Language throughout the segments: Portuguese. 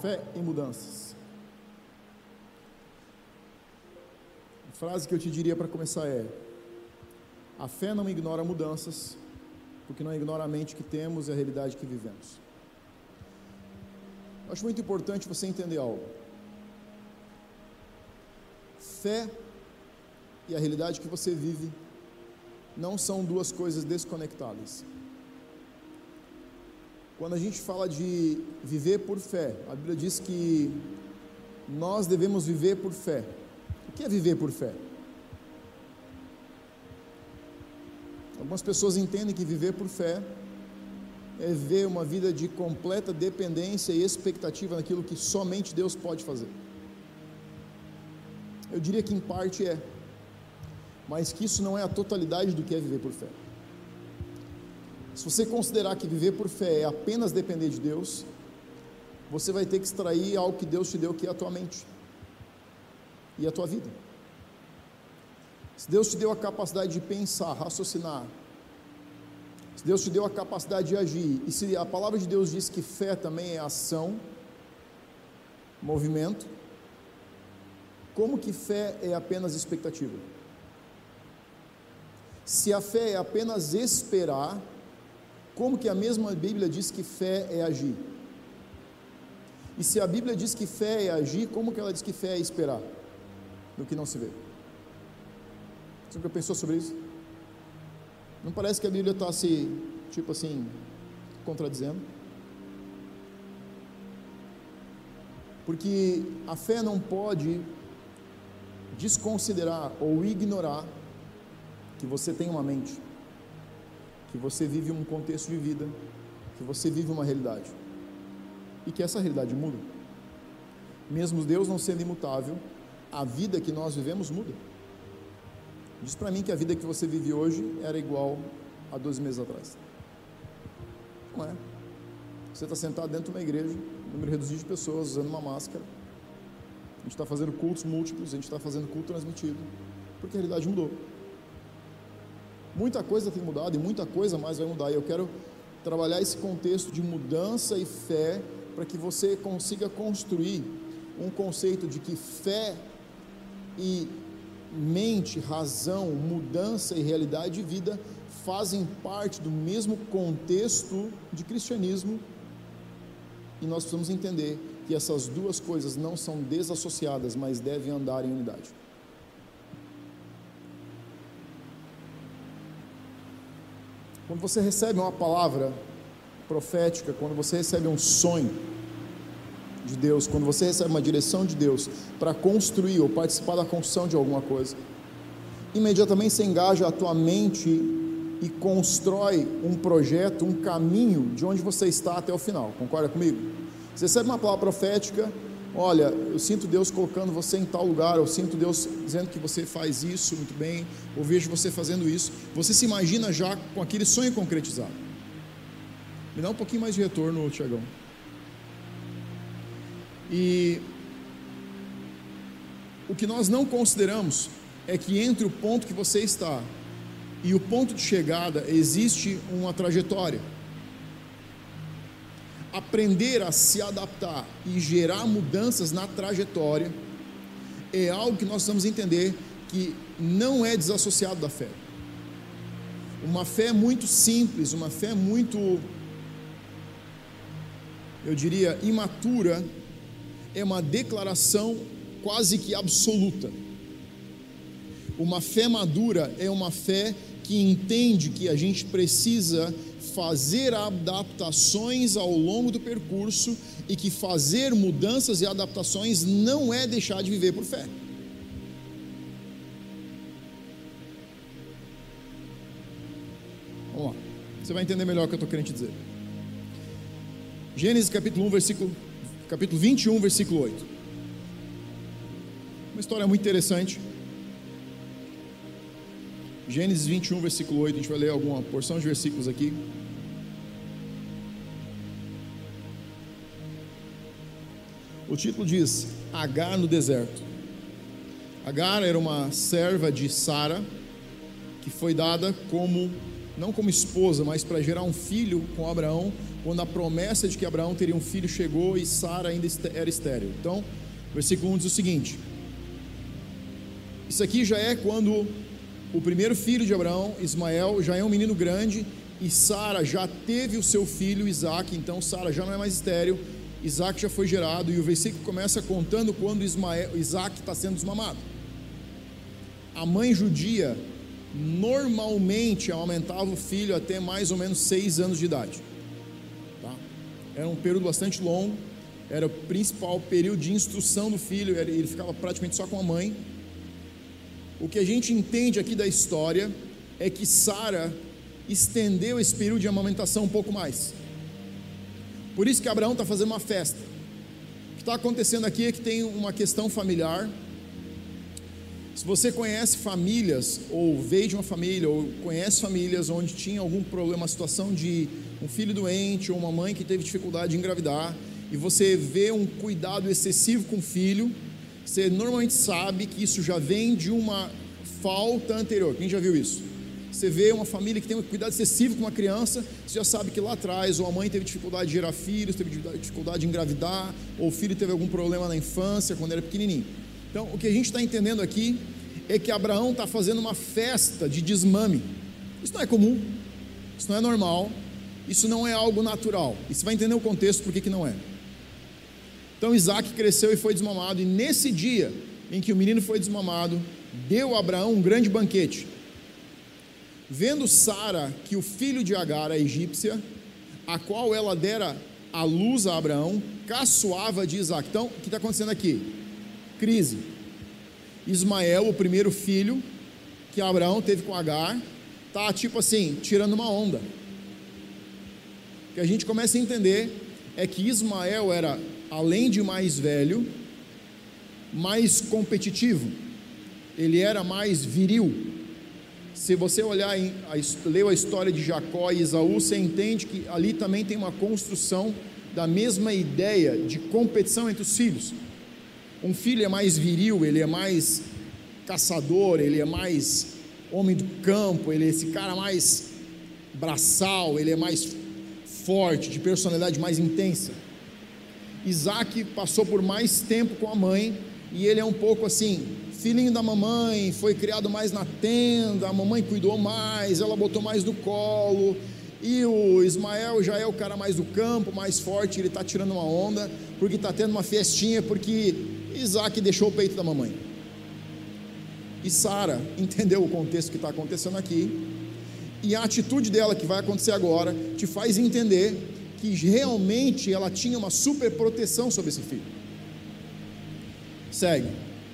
Fé em mudanças. A frase que eu te diria para começar é: a fé não ignora mudanças, porque não ignora a mente que temos e a realidade que vivemos. Eu acho muito importante você entender algo. Fé e a realidade que você vive não são duas coisas desconectadas. Quando a gente fala de viver por fé, a Bíblia diz que nós devemos viver por fé. O que é viver por fé? Algumas pessoas entendem que viver por fé é viver uma vida de completa dependência e expectativa naquilo que somente Deus pode fazer. Eu diria que em parte é, mas que isso não é a totalidade do que é viver por fé. Se você considerar que viver por fé é apenas depender de Deus, você vai ter que extrair algo que Deus te deu, que é a tua mente e a tua vida. Se Deus te deu a capacidade de pensar, raciocinar, se Deus te deu a capacidade de agir, e se a palavra de Deus diz que fé também é ação, movimento, como que fé é apenas expectativa? Se a fé é apenas esperar, como que a mesma Bíblia diz que fé é agir? E se a Bíblia diz que fé é agir, como que ela diz que fé é esperar no que não se vê? Você nunca pensou sobre isso? Não parece que a Bíblia está se, tipo assim, contradizendo? Porque a fé não pode desconsiderar ou ignorar que você tem uma mente, que você vive um contexto de vida, que você vive uma realidade, e que essa realidade muda. Mesmo Deus não sendo imutável, a vida que nós vivemos muda. Diz para mim que a vida que você vive hoje era igual a 12 meses atrás. Não é. Você está sentado dentro de uma igreja, número reduzido de pessoas, usando uma máscara. A gente está fazendo cultos múltiplos, a gente está fazendo culto transmitido, porque a realidade mudou. Muita coisa tem mudado e muita coisa mais vai mudar, e eu quero trabalhar esse contexto de mudança e fé, para que você consiga construir um conceito de que fé e mente, razão, mudança e realidade de vida fazem parte do mesmo contexto de cristianismo, e nós precisamos entender que essas duas coisas não são desassociadas, mas devem andar em unidade. Quando você recebe uma palavra profética, quando você recebe um sonho de Deus, quando você recebe uma direção de Deus para construir ou participar da construção de alguma coisa, imediatamente você engaja a tua mente e constrói um projeto, um caminho de onde você está até o final. Concorda comigo? Você recebe uma palavra profética: olha, eu sinto Deus colocando você em tal lugar, eu sinto Deus dizendo que você faz isso muito bem, eu vejo você fazendo isso. Você se imagina já com aquele sonho concretizado. Me dá um pouquinho mais de retorno, Tiagão. E o que nós não consideramos é que entre o ponto que você está e o ponto de chegada existe uma trajetória. Aprender a se adaptar e gerar mudanças na trajetória é algo que nós precisamos entender que não é desassociado da fé. Uma fé muito simples, uma fé muito, eu diria, imatura, é uma declaração quase que absoluta. Uma fé madura é uma fé que entende que a gente precisa fazer adaptações ao longo do percurso, e que fazer mudanças e adaptações não é deixar de viver por fé. Vamos lá, você vai entender melhor o que eu estou querendo te dizer. Gênesis capítulo 21, versículo 8. Uma história muito interessante. Gênesis 21, versículo 8, a gente vai ler alguma porção de versículos aqui. O título diz: Agar no deserto. Agar era uma serva de Sara, que foi dada como não como esposa, mas para gerar um filho com Abraão, quando a promessa de que Abraão teria um filho chegou e Sara ainda era estéril. Então, versículo 1 diz o seguinte: isso aqui já é quando o primeiro filho de Abraão, Ismael, já é um menino grande, e Sara já teve o seu filho Isaque. Então Sara já não é mais estéril, Isaque já foi gerado, e o versículo começa contando quando Isaque está sendo desmamado. A mãe judia normalmente amamentava o filho até mais ou menos 6 anos de idade, tá? Era um período bastante longo, era o principal período de instrução do filho, ele ficava praticamente só com a mãe. O que a gente entende aqui da história é que Sara estendeu esse período de amamentação um pouco mais. Por isso que Abraão está fazendo uma festa. O que está acontecendo aqui é que tem uma questão familiar. Se você conhece famílias, ou veio de uma família, ou conhece famílias onde tinha algum problema, uma situação de um filho doente, ou uma mãe que teve dificuldade de engravidar, e você vê um cuidado excessivo com o filho, você normalmente sabe que isso já vem de uma falta anterior. Quem já viu isso? Você vê uma família que tem um cuidado excessivo com uma criança, você já sabe que lá atrás ou a mãe teve dificuldade de gerar filhos, teve dificuldade de engravidar, ou o filho teve algum problema na infância, quando era pequenininho. Então, o que a gente está entendendo aqui é que Abraão está fazendo uma festa de desmame. Isso não é comum, isso não é normal, isso não é algo natural. E você vai entender o contexto por que não é. Então Isaque cresceu e foi desmamado, e nesse dia em que o menino foi desmamado, deu a Abraão um grande banquete. Vendo Sara que o filho de Agar, a egípcia, a qual ela dera a luz a Abraão, caçoava de Isaque. Então, o que está acontecendo aqui? Crise. Ismael, o primeiro filho que Abraão teve com Agar, está tipo assim, tirando uma onda. O que a gente começa a entender é que Ismael era, além de mais velho, mais competitivo, ele era mais viril. Se você olhar, leu a história de Jacó e Esaú, você entende que ali também tem uma construção da mesma ideia de competição entre os filhos. Um filho é mais viril, ele é mais caçador, ele é mais homem do campo, ele é esse cara mais braçal, ele é mais forte, de personalidade mais intensa. Isaque passou por mais tempo com a mãe, e ele é um pouco assim, filhinho da mamãe, foi criado mais na tenda, a mamãe cuidou mais, ela botou mais no colo, e o Ismael já é o cara mais do campo, mais forte, ele está tirando uma onda, porque está tendo uma festinha, porque Isaque deixou o peito da mamãe. E Sara entendeu o contexto que está acontecendo aqui, e a atitude dela que vai acontecer agora, te faz entender que realmente ela tinha uma super proteção sobre esse filho. Segue.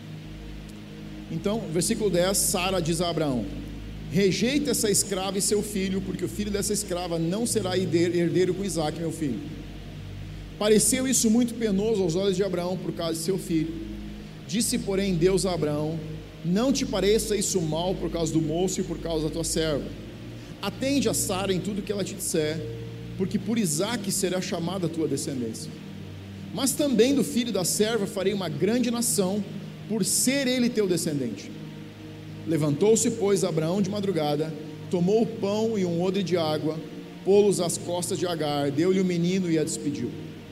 Então, versículo 10, Sara diz a Abraão: rejeita essa escrava e seu filho, porque o filho dessa escrava não será herdeiro com Isaque, meu filho. Pareceu isso muito penoso aos olhos de Abraão por causa de seu filho. Disse, porém, Deus a Abraão: não te pareça isso mal por causa do moço e por causa da tua serva. Atende a Sara em tudo que ela te disser, porque por Isaque será chamada a tua descendência. Mas também do filho da serva farei uma grande nação, por ser ele teu descendente. Levantou-se, pois, Abraão de madrugada, tomou o pão e um odre de água, pô-los às costas de Agar, deu-lhe o menino e a despediu.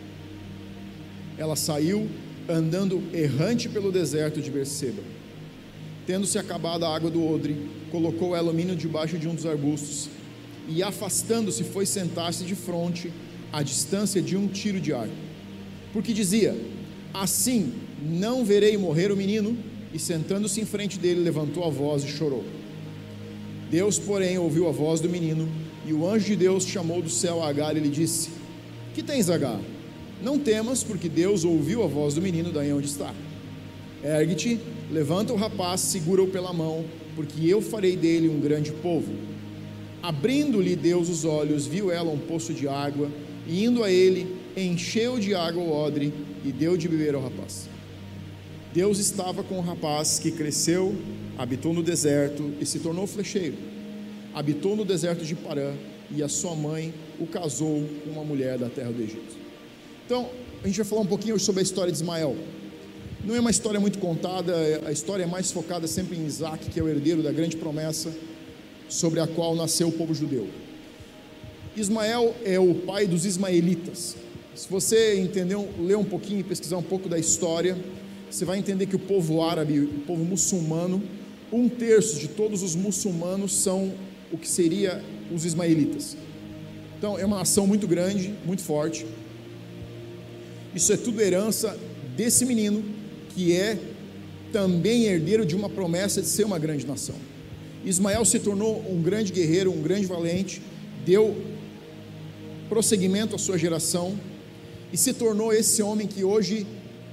Ela saiu, andando errante pelo deserto de Berseba. Tendo-se acabado a água do odre, colocou ela o menino debaixo de um dos arbustos, e afastando-se foi sentar-se de fronte, à distância de um tiro de arco, porque dizia: assim não verei morrer o menino. E sentando-se em frente dele, levantou a voz e chorou. Deus, porém, ouviu a voz do menino, e o anjo de Deus chamou do céu a Agar e lhe disse: que tens, Agar? Não temas, porque Deus ouviu a voz do menino daí onde está. Ergue-te, levanta o rapaz, segura-o pela mão, porque eu farei dele um grande povo. Abrindo-lhe Deus os olhos, viu ela um poço de água, e indo a ele, encheu de água o odre e deu de beber ao rapaz. Deus estava com o rapaz, que cresceu, habitou no deserto e se tornou flecheiro. Habitou no deserto de Parã, e a sua mãe o casou com uma mulher da terra do Egito. Então, a gente vai falar um pouquinho sobre a história de Ismael. Não é uma história muito contada, a história é mais focada sempre em Isaque, que é o herdeiro da grande promessa. sobre a qual nasceu o povo judeu. Ismael é o pai dos ismaelitas. Se você entendeu, ler um pouquinho e pesquisar um pouco da história, você vai entender que o povo árabe, o povo muçulmano, 1/3 de todos os muçulmanos são o que seria os ismaelitas. Então é uma nação muito grande, muito forte. Isso é tudo herança desse menino, que é também herdeiro de uma promessa de ser uma grande nação. Ismael se tornou um grande guerreiro, um grande valente, deu prosseguimento à sua geração e se tornou esse homem que hoje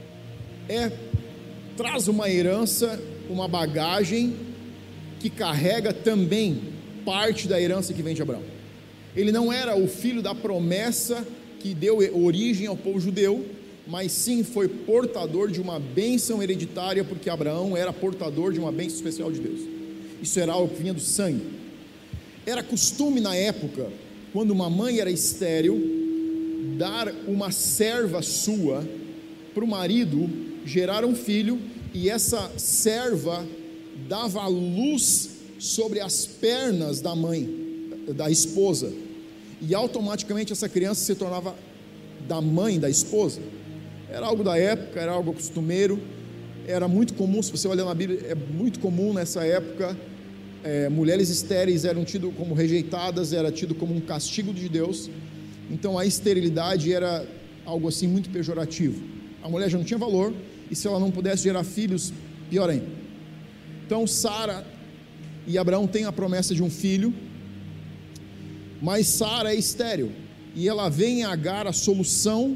traz uma herança, uma bagagem que carrega também parte da herança que vem de Abraão. Ele não era o filho da promessa que deu origem ao povo judeu, mas sim foi portador de uma bênção hereditária, porque Abraão era portador de uma bênção especial de Deus. Isso era algo que vinha do sangue. Era costume na época, quando uma mãe era estéril, dar uma serva sua para o marido gerar um filho, e essa serva dava luz sobre as pernas da mãe, da esposa, e automaticamente essa criança se tornava da mãe da esposa. Era algo da época, era algo costumeiro, era muito comum. Se você olhar na Bíblia, é muito comum nessa época. Mulheres estéreis eram tidas como rejeitadas, era tido como um castigo de Deus. Então a esterilidade era algo assim muito pejorativo. A mulher já não tinha valor, e se ela não pudesse gerar filhos, pior ainda. Então Sara e Abraão têm a promessa de um filho, mas Sara é estéril, e ela vê em Agar a solução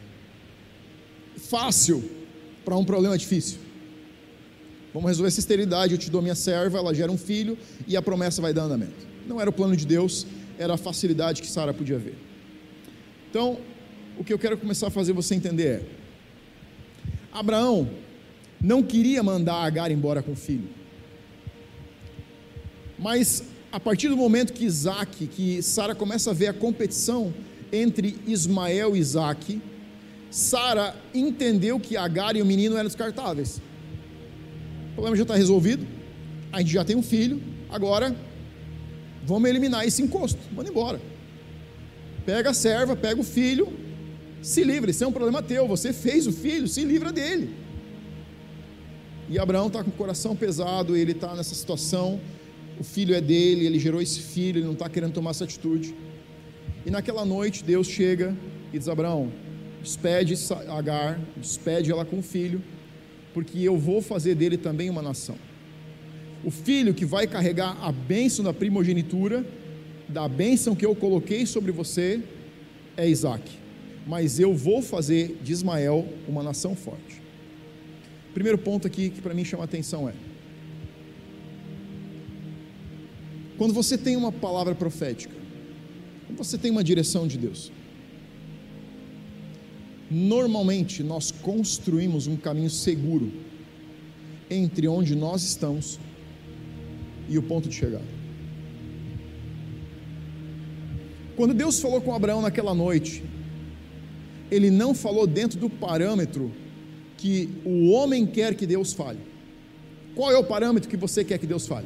fácil para um problema difícil. Vamos resolver essa esterilidade, eu te dou minha serva, ela gera um filho e a promessa vai dar andamento. Não era o plano de Deus, era a facilidade que Sara podia ver. Então, o que eu quero começar a fazer você entender é: Abraão não queria mandar Agar embora com o filho, mas a partir do momento que Sara começa a ver a competição entre Ismael e Isaac, Sara entendeu que Agar e o menino eram descartáveis. O problema já está resolvido, a gente já tem um filho, agora vamos eliminar esse encosto, manda embora. Pega a serva, pega o filho, se livra, isso é um problema teu, você fez o filho, se livra dele. E Abraão está com o coração pesado, ele está nessa situação, o filho é dele, ele gerou esse filho, ele não está querendo tomar essa atitude. E naquela noite Deus chega e diz: Abraão, despede Agar, despede ela com o filho, porque eu vou fazer dele também uma nação. O filho que vai carregar a bênção da primogenitura, da bênção que eu coloquei sobre você, é Isaac, mas eu vou fazer de Ismael uma nação forte. Primeiro ponto aqui que para mim chama a atenção é: quando você tem uma palavra profética, quando você tem uma direção de Deus, normalmente nós construímos um caminho seguro entre onde nós estamos e o ponto de chegada. Quando Deus falou com Abraão naquela noite, Ele não falou dentro do parâmetro que o homem quer que Deus fale. Qual é o parâmetro que você quer que Deus fale?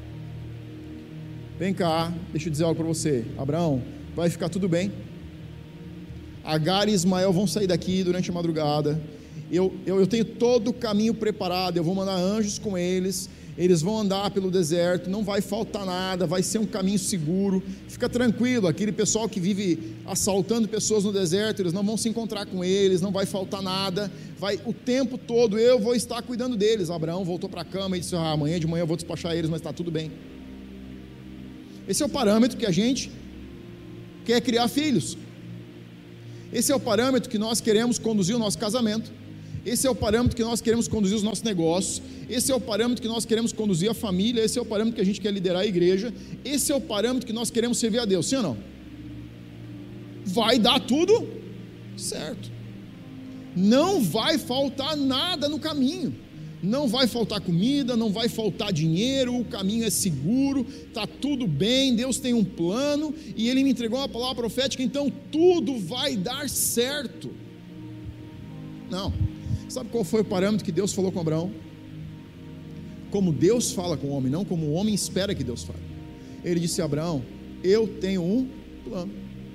Vem cá, deixa eu dizer algo para você, Abraão, vai ficar tudo bem. Agar e Ismael vão sair daqui durante a madrugada, eu tenho todo o caminho preparado, eu vou mandar anjos com eles vão andar pelo deserto, não vai faltar nada, vai ser um caminho seguro, fica tranquilo, aquele pessoal que vive assaltando pessoas no deserto, eles não vão se encontrar com eles, não vai faltar nada, o tempo todo eu vou estar cuidando deles. Abraão voltou para a cama e disse: amanhã de manhã eu vou despachar eles, mas está tudo bem. Esse é o parâmetro que a gente quer criar filhos. Esse é o parâmetro que nós queremos conduzir o nosso casamento. Esse é o parâmetro que nós queremos conduzir os nossos negócios. Esse é o parâmetro que nós queremos conduzir a família. Esse é o parâmetro que a gente quer liderar a igreja. Esse é o parâmetro que nós queremos servir a Deus, sim ou não? Vai dar tudo certo, não vai faltar nada no caminho, não vai faltar comida, não vai faltar dinheiro, o caminho é seguro, está tudo bem, Deus tem um plano, e Ele me entregou uma palavra profética, então tudo vai dar certo. Não, sabe qual foi o parâmetro que Deus falou com Abraão? Como Deus fala com o homem, não como o homem espera que Deus fale. ele disse a Abraão: eu tenho um plano.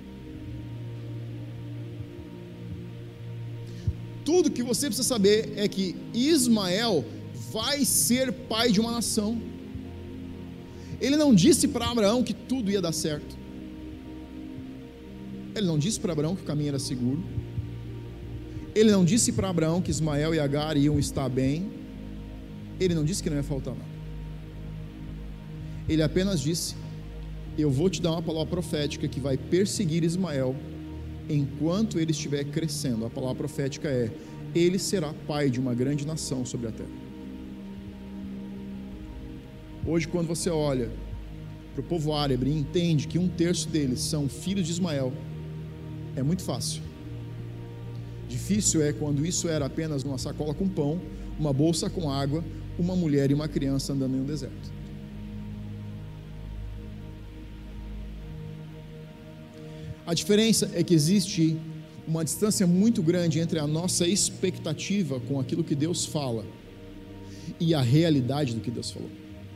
Tudo que você precisa saber é que Ismael vai ser pai de uma nação. Ele não disse para Abraão que tudo ia dar certo. Ele não disse para Abraão que o caminho era seguro. Ele não disse para Abraão que Ismael e Agar iam estar bem. Ele não disse que não ia faltar nada. Ele apenas disse: eu vou te dar uma palavra profética que vai perseguir Ismael enquanto ele estiver crescendo. A palavra profética é: ele será pai de uma grande nação sobre a terra. Hoje, quando você olha para o povo árabe e entende que 1/3 deles são filhos de Ismael, é muito fácil. Difícil é quando isso era apenas uma sacola com pão, uma bolsa com água, uma mulher e uma criança andando em um deserto. A diferença é que existe uma distância muito grande entre a nossa expectativa com aquilo que Deus fala e a realidade do que Deus falou.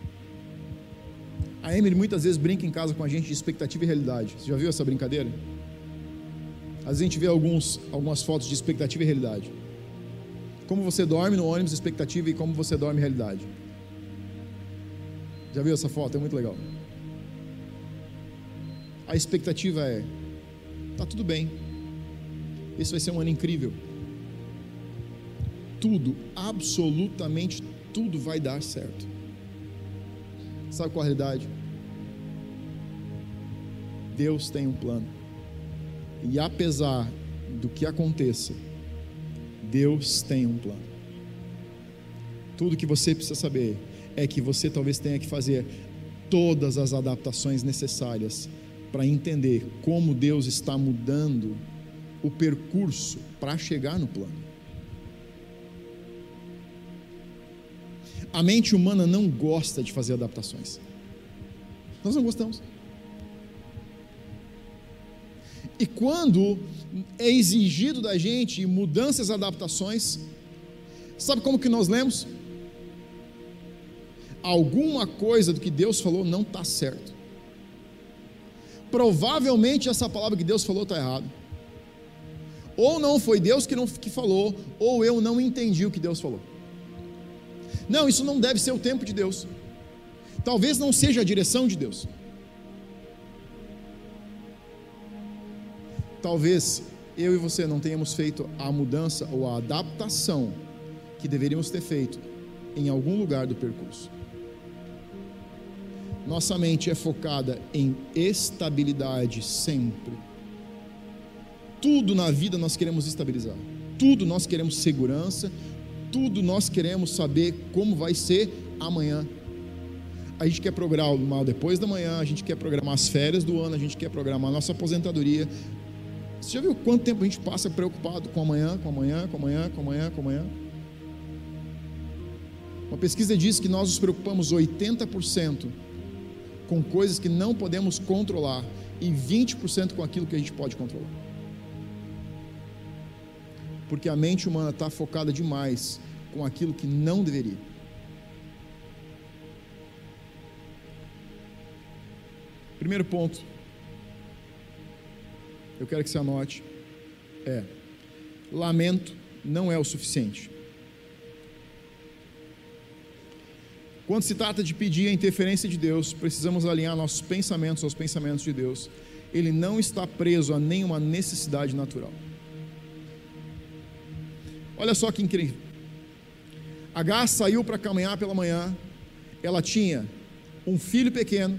A Emily muitas vezes brinca em casa com a gente de expectativa e realidade. Você já viu essa brincadeira? Às vezes a gente vê algumas fotos de expectativa e realidade. Como você dorme no ônibus, expectativa, e como você dorme, realidade. Já viu essa foto? É muito legal. A expectativa é: tá tudo bem, esse vai ser um ano incrível, tudo, absolutamente tudo vai dar certo. Sabe qual a realidade? Deus tem um plano, e apesar do que aconteça, Deus tem um plano. Tudo que você precisa saber é que você talvez tenha que fazer todas as adaptações necessárias para entender como Deus está mudando o percurso para chegar no plano. A mente humana não gosta de fazer adaptações. Nós não gostamos. E quando é exigido da gente mudanças, adaptações, sabe como que nós lemos? Alguma coisa do que Deus falou não está certo. Provavelmente essa palavra que Deus falou está errada. Ou não foi Deus que falou, ou eu não entendi o que Deus falou. Não, isso não deve ser o tempo de Deus. Talvez não seja a direção de Deus. Talvez eu e você não tenhamos feito a mudança ou a adaptação que deveríamos ter feito em algum lugar do percurso. Nossa mente é focada em estabilidade sempre. Tudo na vida nós queremos estabilizar. Tudo nós queremos segurança. Tudo nós queremos saber como vai ser amanhã. A gente quer programar depois da manhã, a gente quer programar as férias do ano, a gente quer programar a nossa aposentadoria. Você já viu quanto tempo a gente passa preocupado com amanhã, com amanhã, com amanhã, com amanhã, com amanhã? Uma pesquisa diz que nós nos preocupamos 80% com coisas que não podemos controlar e 20% com aquilo que a gente pode controlar. Porque a mente humana está focada demais com aquilo que não deveria. Primeiro ponto, eu quero que você anote, lamento não é o suficiente. Quando se trata de pedir a interferência de Deus, precisamos alinhar nossos pensamentos aos pensamentos de Deus. Ele não está preso a nenhuma necessidade natural. Olha só que incrível. Agar saiu para caminhar pela manhã. Ela tinha um filho pequeno.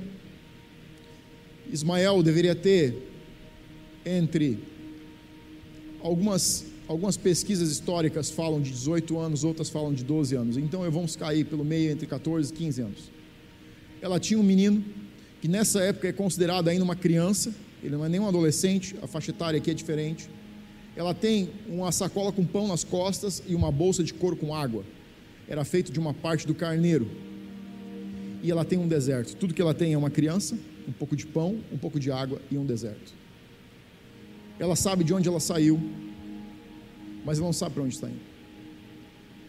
Ismael deveria ter entre algumas pesquisas históricas falam de 18 anos, outras falam de 12 anos. Então vamos cair pelo meio entre 14 e 15 anos. Ela tinha um menino que nessa época é considerado ainda uma criança. Ele não é nem um adolescente. A faixa etária aqui é diferente. Ela tem uma sacola com pão nas costas e uma bolsa de couro com água. Era feito de uma parte do carneiro. E ela tem um deserto. Tudo que ela tem é uma criança, um pouco de pão, um pouco de água e um deserto. Ela sabe de onde ela saiu, mas ela não sabe para onde está indo.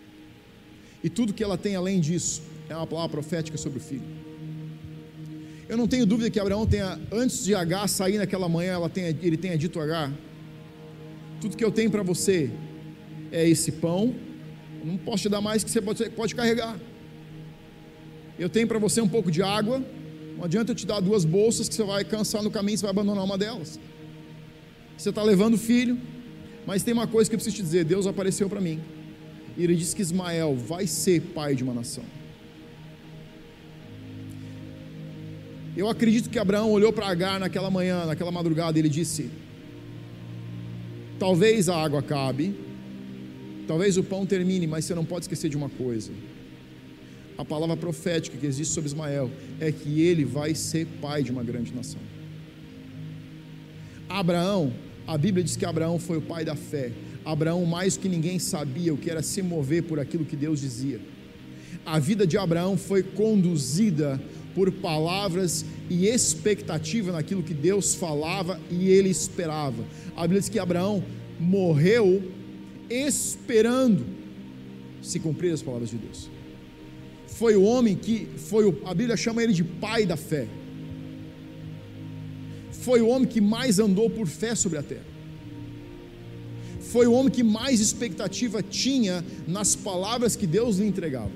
E tudo que ela tem além disso é uma palavra profética sobre o filho. Eu não tenho dúvida que Abraão tenha, antes de Agar sair naquela manhã, ele tenha dito a Agar: tudo que eu tenho para você é esse pão, eu não posso te dar mais que você pode carregar. Eu tenho para você um pouco de água, não adianta eu te dar 2 bolsas que você vai cansar no caminho, você vai abandonar uma delas. Você está levando o filho, mas tem uma coisa que eu preciso te dizer: Deus apareceu para mim, e Ele disse que Ismael vai ser pai de uma nação. Eu acredito que Abraão olhou para Agar naquela manhã, naquela madrugada, e ele disse: talvez a água acabe, talvez o pão termine, mas você não pode esquecer de uma coisa: a palavra profética que existe sobre Ismael é que ele vai ser pai de uma grande nação. Abraão, a Bíblia diz que Abraão foi o pai da fé. Abraão, mais que ninguém, sabia o que era se mover por aquilo que Deus dizia. A vida de Abraão foi conduzida por palavras e expectativa naquilo que Deus falava e ele esperava. A Bíblia diz que Abraão morreu esperando se cumprir as palavras de Deus. Foi o homem que a Bíblia chama ele de pai da fé. Foi o homem que mais andou por fé sobre a terra. Foi o homem que mais expectativa tinha nas palavras que Deus lhe entregava.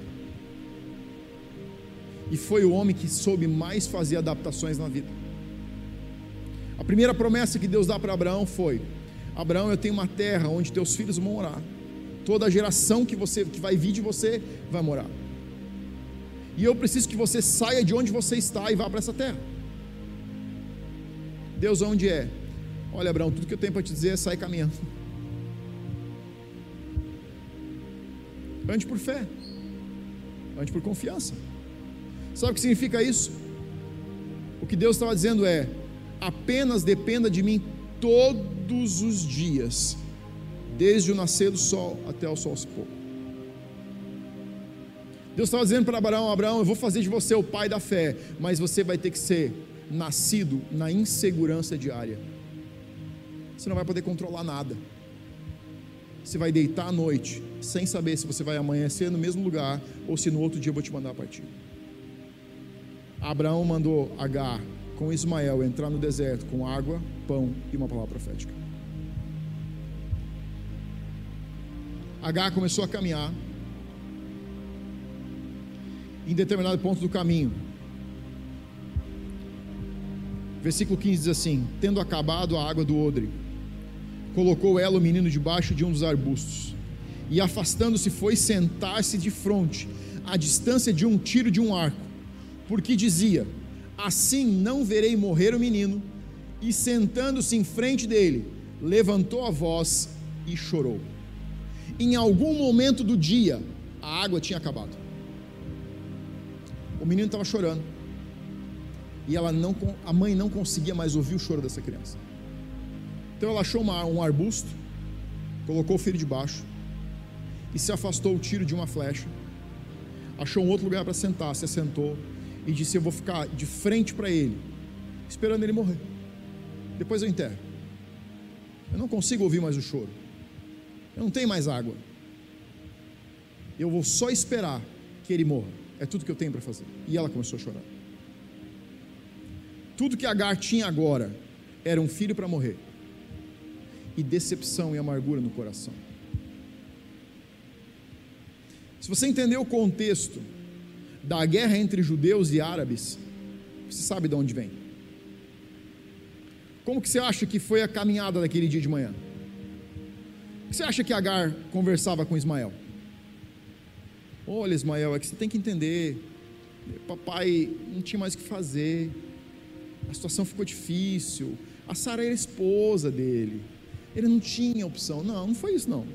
E foi o homem que soube mais fazer adaptações na vida. A primeira promessa que Deus dá para Abraão foi: Abraão, eu tenho uma terra onde teus filhos vão morar. Toda a geração que vai vir de você vai morar. E eu preciso que você saia de onde você está e vá para essa terra. Deus, onde é? Olha, Abraão, tudo que eu tenho para te dizer é sair caminhando. Ande por fé, ande por confiança. Sabe o que significa isso? O que Deus estava dizendo é: apenas dependa de mim todos os dias, desde o nascer do sol até o sol se pôr. Deus estava dizendo para Abraão: Abraão, eu vou fazer de você o pai da fé, mas você vai ter que ser nascido na insegurança diária. Você não vai poder controlar nada. Você vai deitar à noite sem saber se você vai amanhecer no mesmo lugar ou se no outro dia eu vou te mandar partir. Abraão mandou Agar com Ismael entrar no deserto com água, pão e uma palavra profética. Agar começou a caminhar. Em determinado ponto do caminho, versículo 15 diz assim: tendo acabado a água do odre, colocou ela o menino debaixo de um dos arbustos, e afastando-se foi sentar-se de fronte, à distância de um tiro de um arco, porque dizia: assim não verei morrer o menino. E sentando-se em frente dele, levantou a voz e chorou. Em algum momento do dia, a água tinha acabado. O menino estava chorando, e a mãe não conseguia mais ouvir o choro dessa criança. Então ela achou um arbusto, colocou o filho debaixo e se afastou o tiro de uma flecha. Achou um outro lugar para sentar, se assentou e disse: eu vou ficar de frente para ele, esperando ele morrer, depois eu enterro. Eu não consigo ouvir mais o choro, eu não tenho mais água, eu vou só esperar que ele morra, é tudo que eu tenho para fazer. E ela começou a chorar. Tudo que Agar tinha agora era um filho para morrer, e decepção e amargura no coração. Se você entender o contexto da guerra entre judeus e árabes, você sabe de onde vem. Como que você acha que foi a caminhada daquele dia de manhã? O que você acha que Agar conversava com Ismael? Olha, Ismael, é que você tem que entender, papai não tinha mais o que fazer, a situação ficou difícil, a Sara era esposa dele, ele não tinha opção. Não, não foi isso não.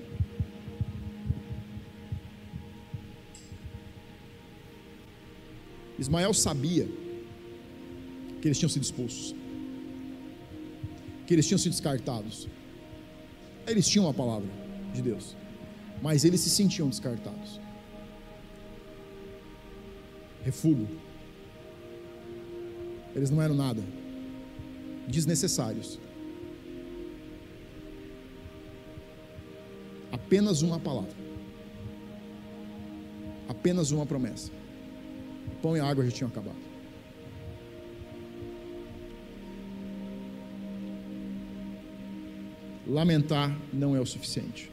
Ismael sabia que eles tinham sido expulsos, que eles tinham sido descartados. Eles tinham a palavra de Deus, mas eles se sentiam descartados. Refúgio. Eles não eram nada, desnecessários. Apenas uma palavra, apenas uma promessa. Pão e água já tinham acabado. lamentar não é o suficiente.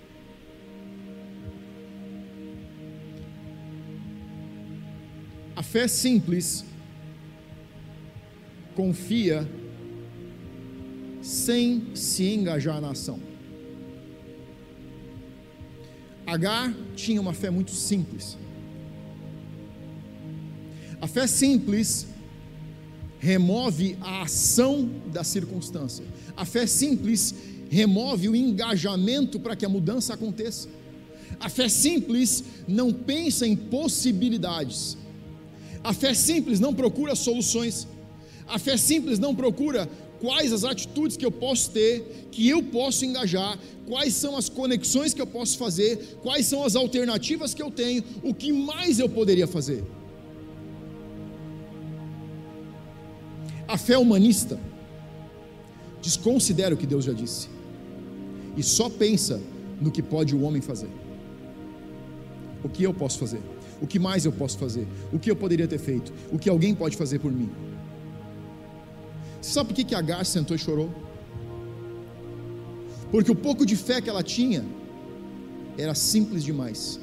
A fé simples confia sem se engajar na ação. Agar tinha uma fé muito simples. A fé simples remove a ação da circunstância. A fé simples remove o engajamento para que a mudança aconteça. A fé simples não pensa em possibilidades. A fé simples não procura soluções. A fé simples não procura quais as atitudes que eu posso ter, que eu posso engajar, quais são as conexões que eu posso fazer, quais são as alternativas que eu tenho, o que mais eu poderia fazer. A fé humanista desconsidera o que Deus já disse e só pensa no que pode o homem fazer. O que eu posso fazer? O que mais eu posso fazer? O que eu poderia ter feito? O que alguém pode fazer por mim? Você sabe por que Agar sentou e chorou? Porque o pouco de fé que ela tinha era simples demais,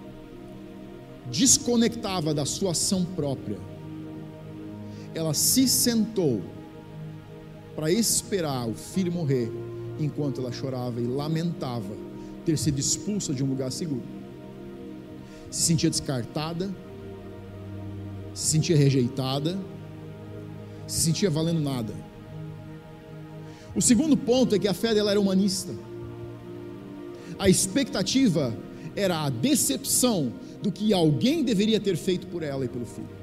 desconectava da sua ação própria. Ela se sentou para esperar o filho morrer, enquanto ela chorava e lamentava ter sido expulsa de um lugar seguro. Se sentia descartada, se sentia rejeitada, se sentia valendo nada. O segundo ponto é que a fé dela era humanista. A expectativa era a decepção do que alguém deveria ter feito por ela e pelo filho.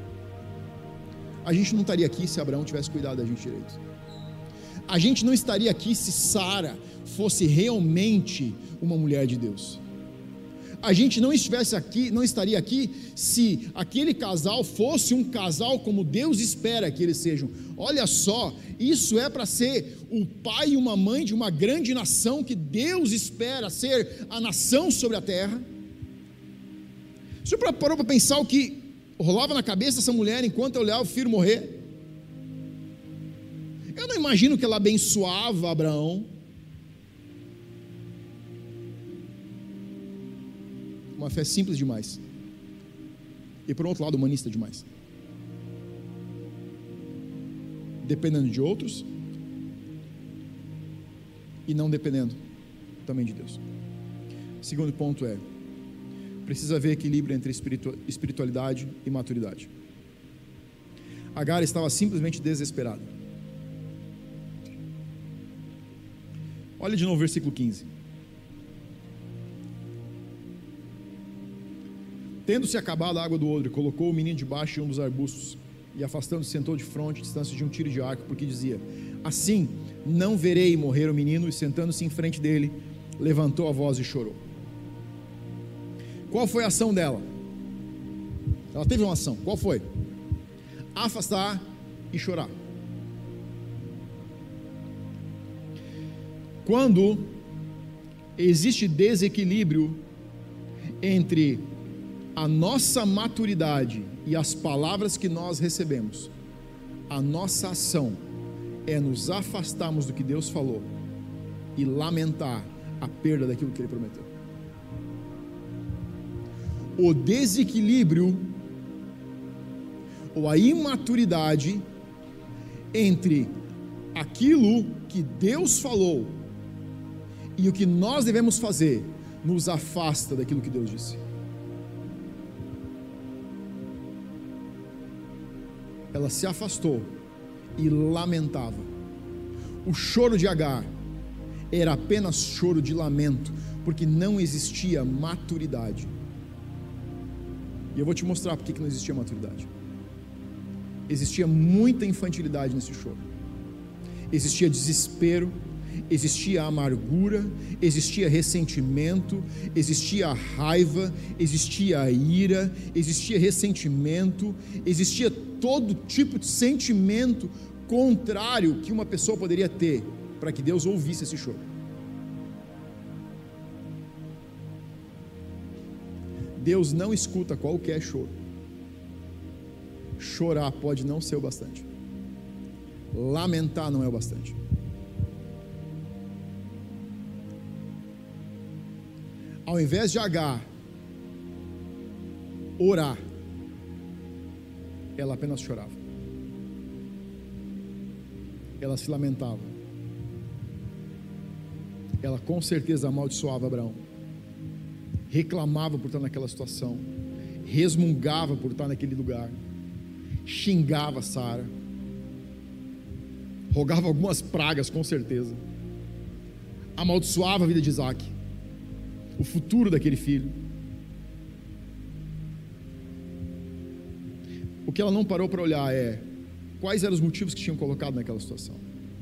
A gente não estaria aqui se Abraão tivesse cuidado da gente direito. A gente não estaria aqui se Sara fosse realmente uma mulher de Deus. A gente não estaria aqui se aquele casal fosse um casal como Deus espera que eles sejam. Olha só, isso é para ser o pai e uma mãe de uma grande nação que Deus espera ser a nação sobre a terra. Você parou para pensar o que rolava na cabeça dessa mulher enquanto eu olhava o filho morrer? Eu não imagino que ela abençoava Abraão. Uma fé simples demais. E por outro lado, humanista demais. Dependendo de outros e não dependendo também de Deus. Segundo ponto é: precisa haver equilíbrio entre espiritualidade e maturidade. Agar estava simplesmente desesperada. Olha de novo o versículo 15. Tendo-se acabado a água do odre, colocou o menino debaixo de um dos arbustos e, afastando-se, sentou de fronte, a distância de um tiro de arco, porque dizia: assim não verei morrer o menino. E sentando-se em frente dele, levantou a voz e chorou. Qual foi a ação dela? Ela teve uma ação. Qual foi? Afastar e chorar. Quando existe desequilíbrio entre a nossa maturidade e as palavras que nós recebemos, a nossa ação é nos afastarmos do que Deus falou e lamentar a perda daquilo que Ele prometeu. O desequilíbrio ou a imaturidade entre aquilo que Deus falou e o que nós devemos fazer nos afasta daquilo que Deus disse. Ela se afastou e lamentava. O choro de Agar era apenas choro de lamento, porque não existia maturidade. E eu vou te mostrar por que não existia maturidade. Existia muita infantilidade nesse choro. Existia desespero, existia amargura, existia ressentimento, existia raiva, existia ira, existia ressentimento, existia todo tipo de sentimento contrário que uma pessoa poderia ter para que Deus ouvisse esse choro. Deus não escuta qualquer choro. Chorar pode não ser o bastante. Lamentar não é o bastante. ao invés de Agar orar, ela apenas chorava. Ela se lamentava. Ela com certeza amaldiçoava Abraão, reclamava por estar naquela situação, resmungava por estar naquele lugar, xingava Sara, rogava algumas pragas com certeza, amaldiçoava a vida de Isaac, o futuro daquele filho. O que ela não parou para olhar é quais eram os motivos que tinham colocado naquela situação.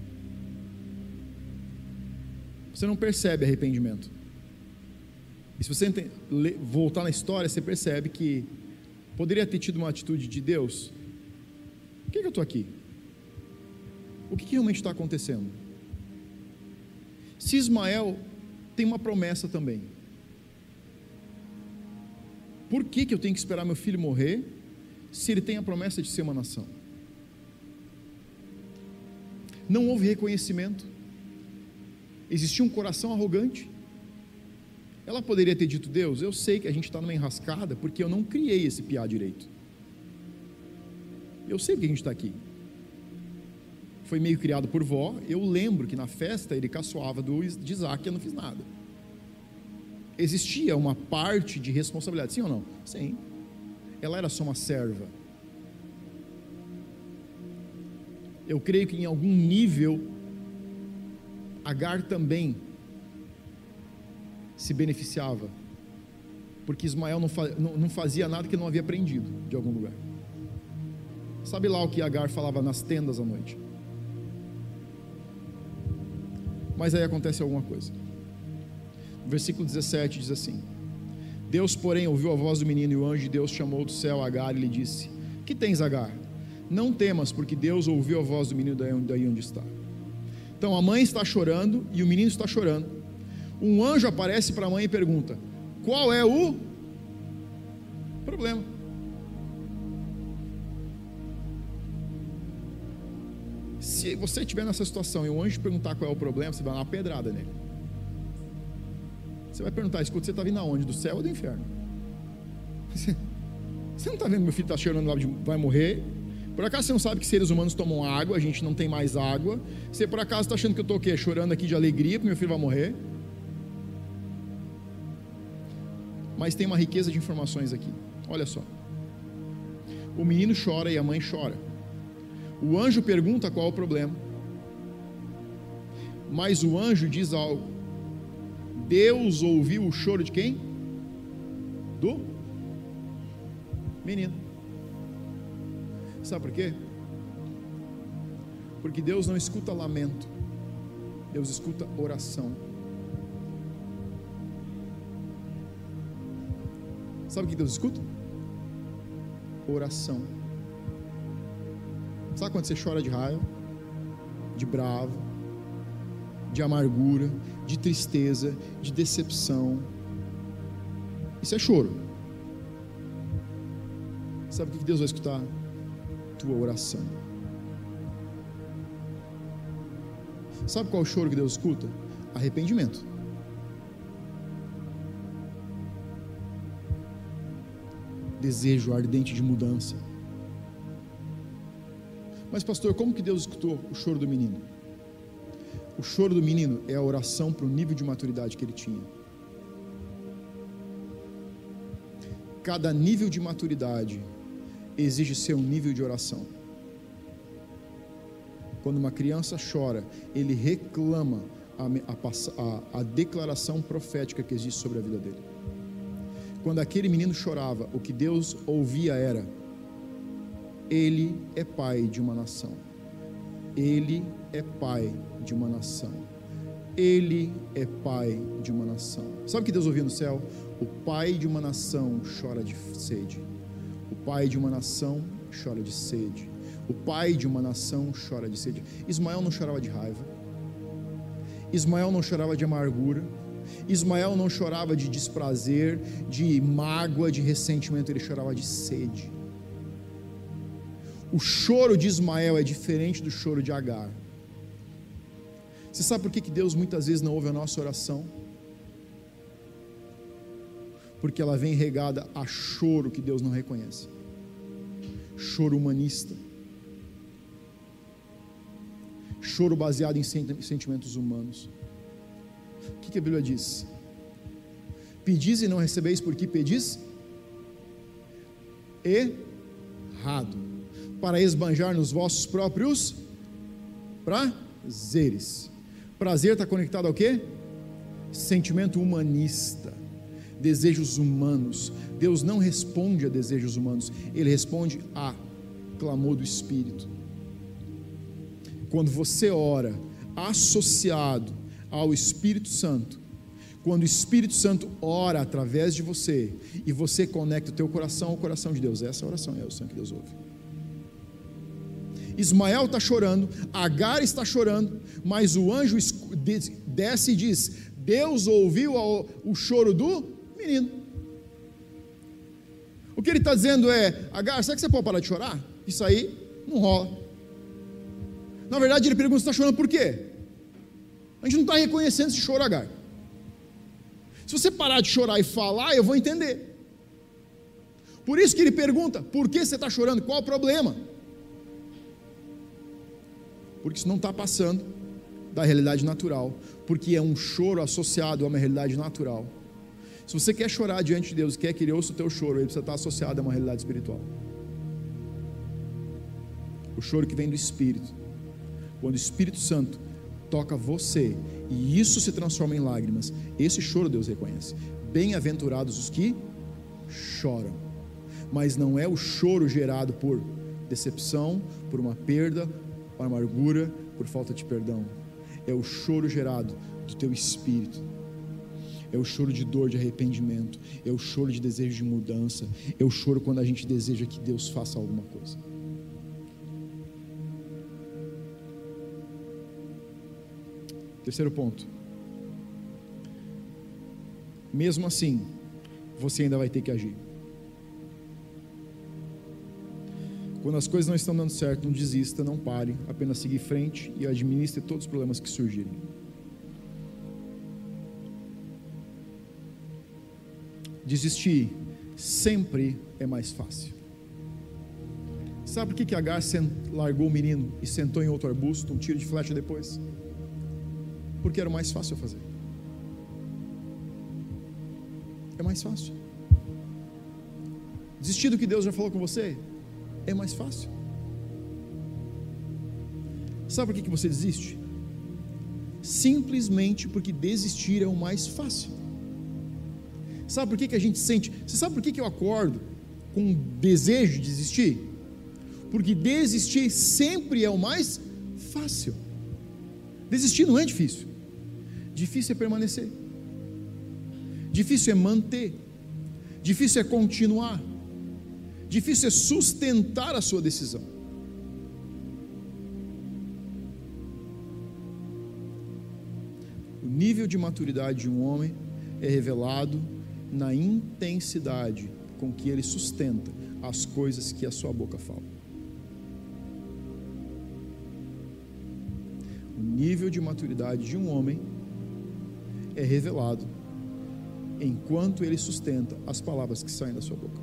Você não percebe arrependimento. E se você voltar na história, você percebe que poderia ter tido uma atitude de Deus. Por que eu estou aqui? O que realmente está acontecendo? Se Ismael tem uma promessa também, por que eu tenho que esperar meu filho morrer, se ele tem a promessa de ser uma nação? Não houve reconhecimento, existia um coração arrogante. Ela poderia ter dito: Deus, eu sei que a gente está numa enrascada, porque eu não criei esse piá direito, eu sei que a gente está aqui, foi meio criado por vó, eu lembro que na festa ele caçoava de Isaac, eu não fiz nada. Existia uma parte de responsabilidade, sim ou não? Sim. Ela era só uma serva. Eu creio que em algum nível Agar também se beneficiava, porque Ismael não fazia nada que não havia aprendido de algum lugar. Sabe lá o que Agar falava nas tendas à noite? Mas aí acontece alguma coisa. O versículo 17 diz assim: Deus, porém, ouviu a voz do menino, e o anjo de Deus chamou do céu Agar e lhe disse: que tens, Agar? Não temas, porque Deus ouviu a voz do menino daí onde está. Então a mãe está chorando e o menino está chorando. Um anjo aparece para a mãe e pergunta: qual é o problema? Se você estiver nessa situação e o anjo perguntar qual é o problema, você vai dar uma pedrada nele. Você vai perguntar: escuta, você está vindo aonde? Do céu ou do inferno? Você não está vendo que meu filho está chorando lá, vai morrer? Por acaso você não sabe que seres humanos tomam água, a gente não tem mais água? Você por acaso está achando que eu estou o quê? Chorando aqui de alegria porque meu filho vai morrer? Mas tem uma riqueza de informações aqui. Olha só. O menino chora e a mãe chora. O anjo pergunta qual é o problema. Mas o anjo diz algo. Deus ouviu o choro de quem? Do menino. Sabe por quê? Porque Deus não escuta lamento, Deus escuta oração. Sabe o que Deus escuta? Oração. Sabe quando você chora de raiva, de bravo, de amargura, de tristeza, de decepção? Isso é choro. Sabe o que Deus vai escutar? Tua oração. Sabe qual é o choro que Deus escuta? Arrependimento. Desejo ardente de mudança. Mas pastor, como que Deus escutou o choro do menino? O choro do menino é a oração para o nível de maturidade que ele tinha. Cada nível de maturidade exige seu nível de oração. Quando uma criança chora, ele reclama a declaração profética que existe sobre a vida dele. Quando aquele menino chorava, o que Deus ouvia era: ele é pai de uma nação. Ele é pai de uma nação. Ele é pai de uma nação. Sabe o que Deus ouvia no céu? O pai de uma nação chora de sede. O pai de uma nação chora de sede. O pai de uma nação chora de sede. Ismael não chorava de raiva. Ismael não chorava de amargura. Ismael não chorava de desprazer, de mágoa, de ressentimento. Ele chorava de sede. O choro de Ismael é diferente do choro de Agar. Você sabe por que Deus muitas vezes não ouve a nossa oração? porque ela vem regada a choro que Deus não reconhece, choro humanista, choro baseado em sentimentos humanos. O que a Bíblia diz? Pedis e não recebeis porque pedis errado, para esbanjar nos vossos próprios prazeres. Prazer está conectado ao quê? Sentimento humanista, desejos humanos. Deus não responde a desejos humanos, Ele responde a clamor do Espírito. Quando você ora associado ao Espírito Santo, quando o Espírito Santo ora através de você, e você conecta o teu coração ao coração de Deus, essa oração é a oração que Deus ouve. Ismael está chorando, Agar está chorando, mas o anjo desce e diz: Deus ouviu o choro do menino. O que ele está dizendo é: Agar, será que você pode parar de chorar? Isso aí não rola. Na verdade ele pergunta: você está chorando por quê? A gente não está reconhecendo esse choro, Agar. Se você parar de chorar e falar, eu vou entender. Por isso que ele pergunta: por que você está chorando? Qual o problema? Porque isso não está passando da realidade natural, porque é um choro associado a uma realidade natural. Se você quer chorar diante de Deus, quer que Ele ouça o teu choro, ele precisa estar associado a uma realidade espiritual. O choro que vem do Espírito, quando o Espírito Santo toca você, e isso se transforma em lágrimas, esse choro Deus reconhece. Bem-aventurados os que choram, mas não é o choro gerado por decepção, por uma perda, por amargura, por falta de perdão. É o choro gerado do teu espírito, é o choro de dor, de arrependimento, é o choro de desejo de mudança, é o choro quando a gente deseja que Deus faça alguma coisa. Terceiro ponto: mesmo assim, você ainda vai ter que agir. Quando as coisas não estão dando certo, não desista, não pare, apenas siga em frente e administre todos os problemas que surgirem. Desistir sempre é mais fácil. Sabe por que Agar largou o menino e sentou em outro arbusto, um tiro de flecha depois? Porque era o mais fácil a fazer. É mais fácil. Desistir do que Deus já falou com você é mais fácil. Sabe por que você desiste? Simplesmente porque desistir é o mais fácil. Sabe por que a gente sente? Você sabe por que eu acordo com desejo de desistir? Porque desistir sempre é o mais fácil. Desistir não é difícil. Difícil é permanecer. Difícil é manter. Difícil é continuar. Difícil é sustentar a sua decisão. O nível de maturidade de um homem é revelado na intensidade com que ele sustenta as coisas que a sua boca fala. O nível de maturidade de um homem é revelado enquanto ele sustenta as palavras que saem da sua boca.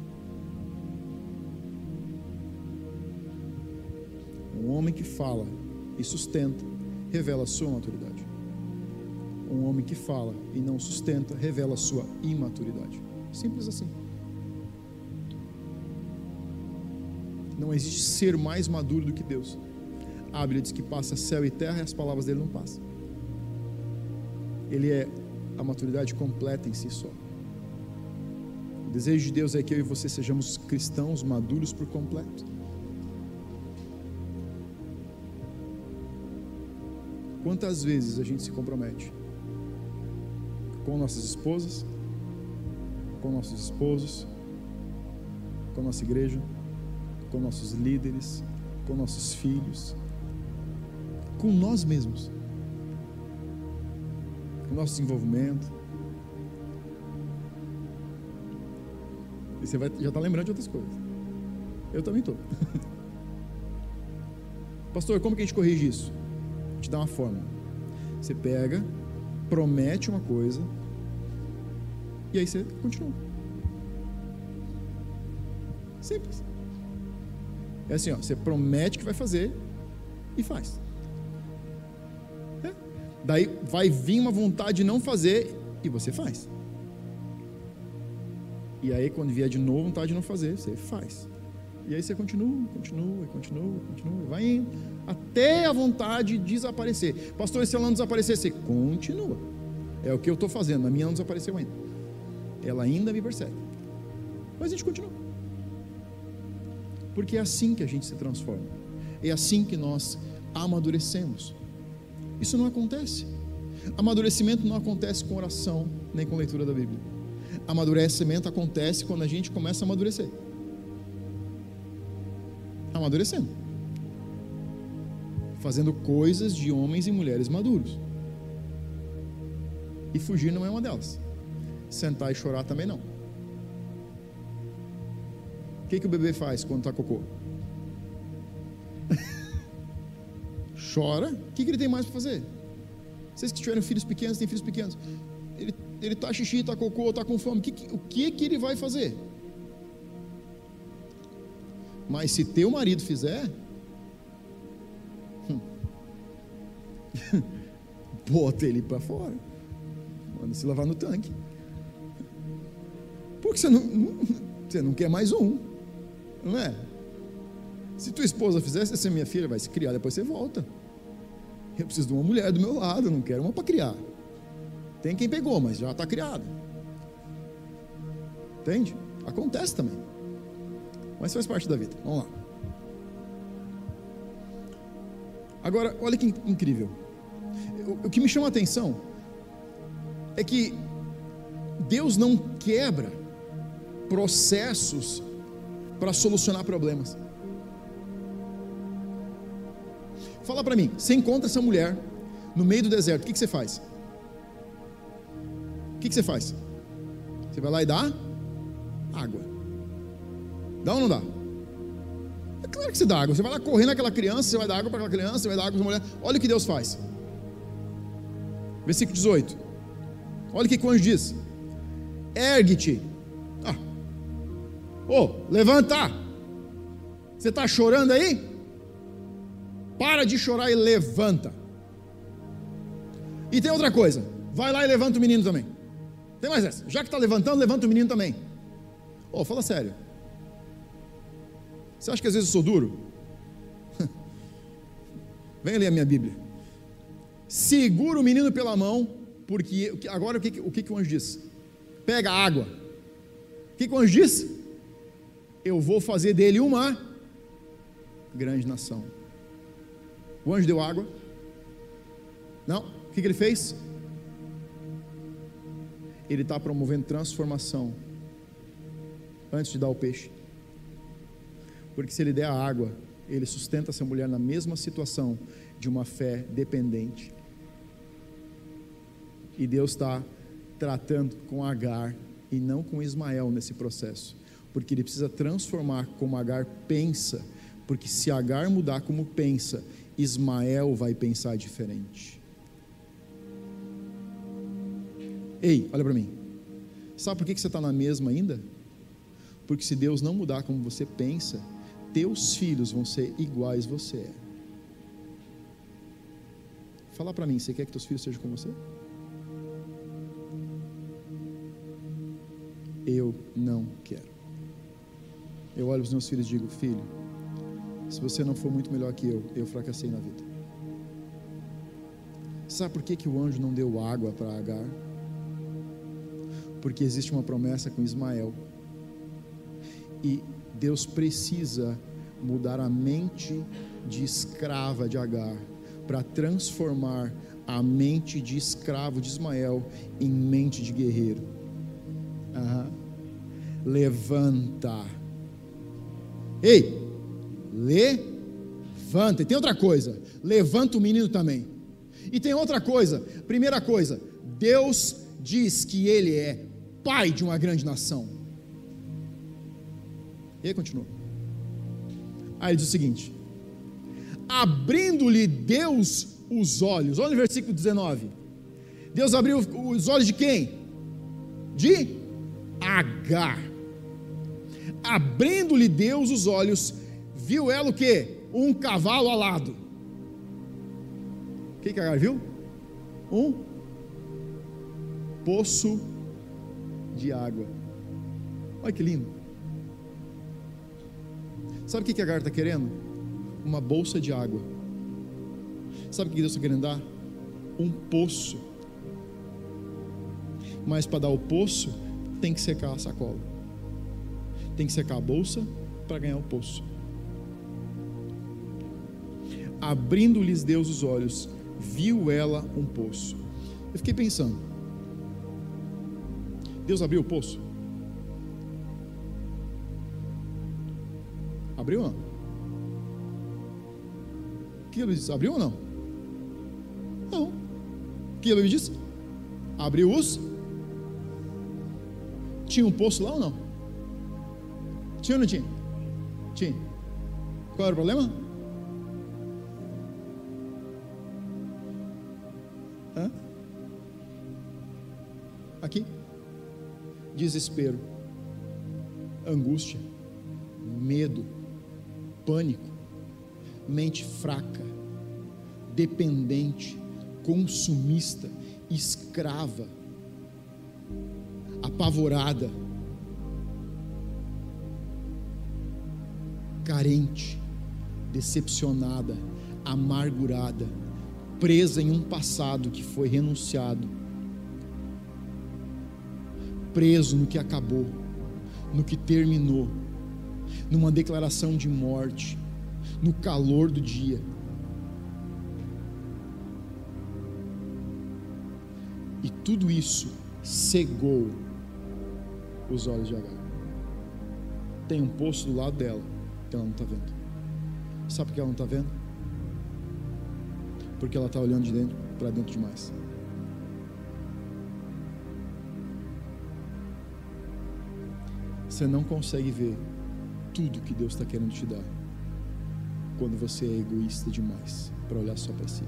Um homem que fala e sustenta revela a sua maturidade. Um homem que fala e não sustenta revela a sua imaturidade. Simples assim. Não existe ser mais maduro do que Deus. A Bíblia diz que passa céu e terra e as palavras dele não passam. Ele é a maturidade completa em si só. O desejo de Deus é que eu e você sejamos cristãos maduros por completo. Quantas vezes a gente se compromete com nossas esposas, com nossos esposos, com nossa igreja, com nossos líderes, com nossos filhos, com nós mesmos, com nosso desenvolvimento. E você já está lembrando de outras coisas. Eu também estou. Pastor, como que a gente corrige isso? Vou te dar uma forma. Você pega, promete uma coisa e aí você continua. Simples. É assim, ó, você promete que vai fazer e faz. Daí vai vir uma vontade de não fazer e você faz. E aí quando vier de novo vontade de não fazer, você faz. E aí você continua, vai indo, até a vontade desaparecer. Pastor, se ela não desaparecer, você continua. É o que eu estou fazendo, a minha não desapareceu ainda. Ela ainda me persegue. Mas a gente continua. Porque é assim que a gente se transforma. É assim que nós amadurecemos. Isso não acontece. Amadurecimento não acontece com oração, nem com leitura da Bíblia. Amadurecimento acontece quando a gente começa a amadurecer. Amadurecendo. Fazendo coisas de homens e mulheres maduros. E fugir não é uma delas. Sentar e chorar também não. O que o bebê faz quando está cocô? Chora. O que ele tem mais para fazer? Vocês que tiveram filhos pequenos, têm filhos pequenos. Ele está xixi, está cocô, está com fome. O que ele vai fazer? Mas se teu marido fizer, bota ele para fora, manda se lavar no tanque, porque você não quer mais um, não é? Se tua esposa fizesse assim, minha filha vai se criar, depois você volta. Eu preciso de uma mulher do meu lado, não quero uma para criar. Tem quem pegou, mas já está criada. Entende? Acontece também. Mas faz parte da vida. Vamos lá. Agora, olha que incrível. O que me chama a atenção é que Deus não quebra processos para solucionar problemas. Fala para mim, você encontra essa mulher no meio do deserto, o que você faz? O que você faz? Você vai lá e dá água. Dá ou não dá? É claro que você dá água. Você vai lá correr naquela criança, você vai dar água para aquela criança, você vai dar água para essa mulher. Olha o que Deus faz. Versículo 18. Olha o que o anjo diz. Ergue-te. Levanta. Você está chorando aí? Para de chorar e levanta. E tem outra coisa. Vai lá e levanta o menino também. Tem mais essa. Já que está levantando, levanta o menino também. Fala sério. Você acha que às vezes eu sou duro? Vem ler a minha Bíblia. Segura o menino pela mão, porque agora o que o anjo diz? Pega a água. O que o anjo diz? Eu vou fazer dele uma grande nação. O anjo deu água? Não. O que ele fez? Ele está promovendo transformação antes de dar o peixe. Porque se ele der a água, ele sustenta essa mulher na mesma situação de uma fé dependente. E Deus está tratando com Agar e não com Ismael nesse processo, porque ele precisa transformar como Agar pensa, porque se Agar mudar como pensa, Ismael vai pensar diferente. Ei, olha para mim. Sabe por que você está na mesma ainda? Porque se Deus não mudar como você pensa, teus filhos vão ser iguais você é. Fala para mim, você quer que teus filhos sejam como você? Eu não quero. Eu olho para os meus filhos e digo, filho, se você não for muito melhor que eu fracassei na vida. Sabe por que o anjo não deu água para Agar? Porque existe uma promessa com Ismael. E Deus precisa mudar a mente de escrava de Agar para transformar a mente de escravo de Ismael em mente de guerreiro. Levanta. Ei, levanta. E tem outra coisa, levanta o menino também. E tem outra coisa, primeira coisa, Deus diz que Ele é pai de uma grande nação. E aí continua. Aí ele diz o seguinte: abrindo-lhe Deus os olhos. Olha no versículo 19. Deus abriu os olhos de quem? De Agar. Abrindo-lhe Deus os olhos, viu ela o quê? Um cavalo alado. O que Agar viu? Um poço de água. Olha que lindo. Sabe o que Agar está querendo? Uma bolsa de água. Sabe o que Deus está querendo dar? Um poço. Mas para dar o poço, tem que secar a sacola, tem que secar a bolsa para ganhar o poço. Abrindo-lhes Deus os olhos, viu ela um poço. Eu fiquei pensando, Deus abriu o poço? Abriu ou não? O que ele disse? Abriu ou não? Não. O que ele disse? Abriu os. Tinha um poço lá ou não? Tinha ou não tinha? Tinha. Qual era o problema? Hã? Aqui? Desespero, angústia, medo, pânico, mente fraca, dependente, consumista, escrava, apavorada, carente, decepcionada, amargurada, presa em um passado que foi renunciado, preso no que acabou, no que terminou, numa declaração de morte, no calor do dia. E tudo isso cegou os olhos de Agar. Tem um poço do lado dela que ela não está vendo. Sabe por que ela não está vendo? Porque ela está olhando de dentro para dentro demais. Você não consegue ver tudo que Deus está querendo te dar quando você é egoísta demais para olhar só para si.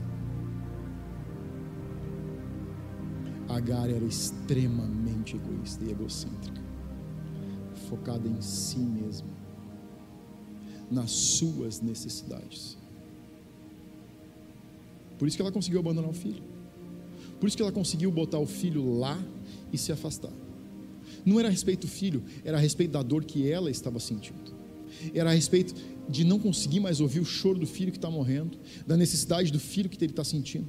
Agar era extremamente egoísta e egocêntrica, focada em si mesma, nas suas necessidades. Por isso que ela conseguiu abandonar o filho. Por isso que ela conseguiu botar o filho lá e se afastar. Não era a respeito do filho, era a respeito da dor que ela estava sentindo. Era a respeito de não conseguir mais ouvir o choro do filho que está morrendo, da necessidade do filho que ele está sentindo.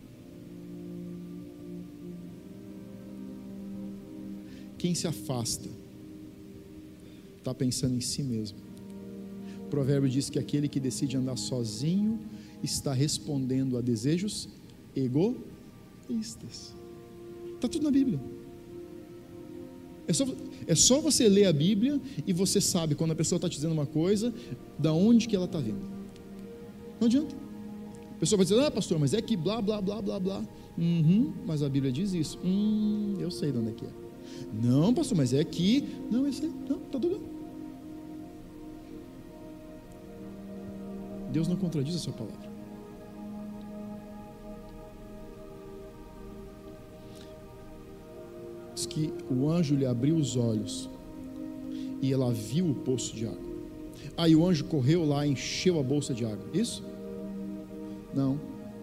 Quem se afasta está pensando em si mesmo. O provérbio diz que aquele que decide andar sozinho está respondendo a desejos egoístas. Está tudo na Bíblia. É só você ler a Bíblia e você sabe quando a pessoa está te dizendo uma coisa, da onde que ela está vindo. Não adianta. A pessoa vai dizer, ah pastor, mas é que blá blá blá blá blá. Mas a Bíblia diz isso. Eu sei de onde é que é. Não pastor, mas é que, não, eu sei, não, está tudo bem. Deus não contradiz a sua palavra. Diz que o anjo lhe abriu os olhos e ela viu o poço de água. Aí o anjo correu lá e encheu a bolsa de água. Isso? Não.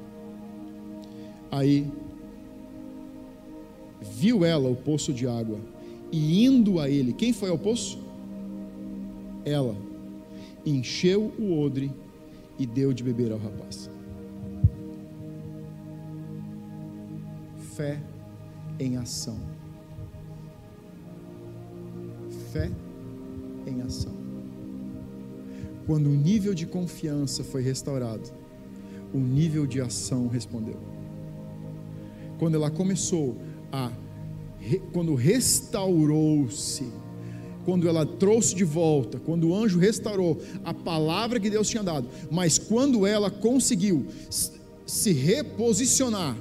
Aí viu ela o poço de água e indo a ele, quem foi ao poço? Ela. Encheu o odre e deu de beber ao rapaz. Fé em ação. Fé em ação. Quando o nível de confiança foi restaurado, o nível de ação respondeu. Quando ela começou quando restaurou-se, quando ela trouxe de volta, quando o anjo restaurou a palavra que Deus tinha dado, mas quando ela conseguiu se reposicionar,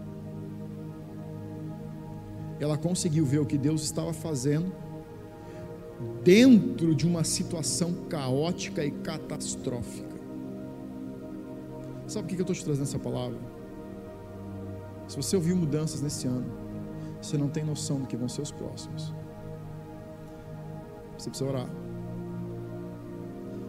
ela conseguiu ver o que Deus estava fazendo dentro de uma situação caótica e catastrófica. Sabe por que eu estou te trazendo essa palavra? Se você ouvir mudanças nesse ano, você não tem noção do que vão ser os próximos. Você precisa orar.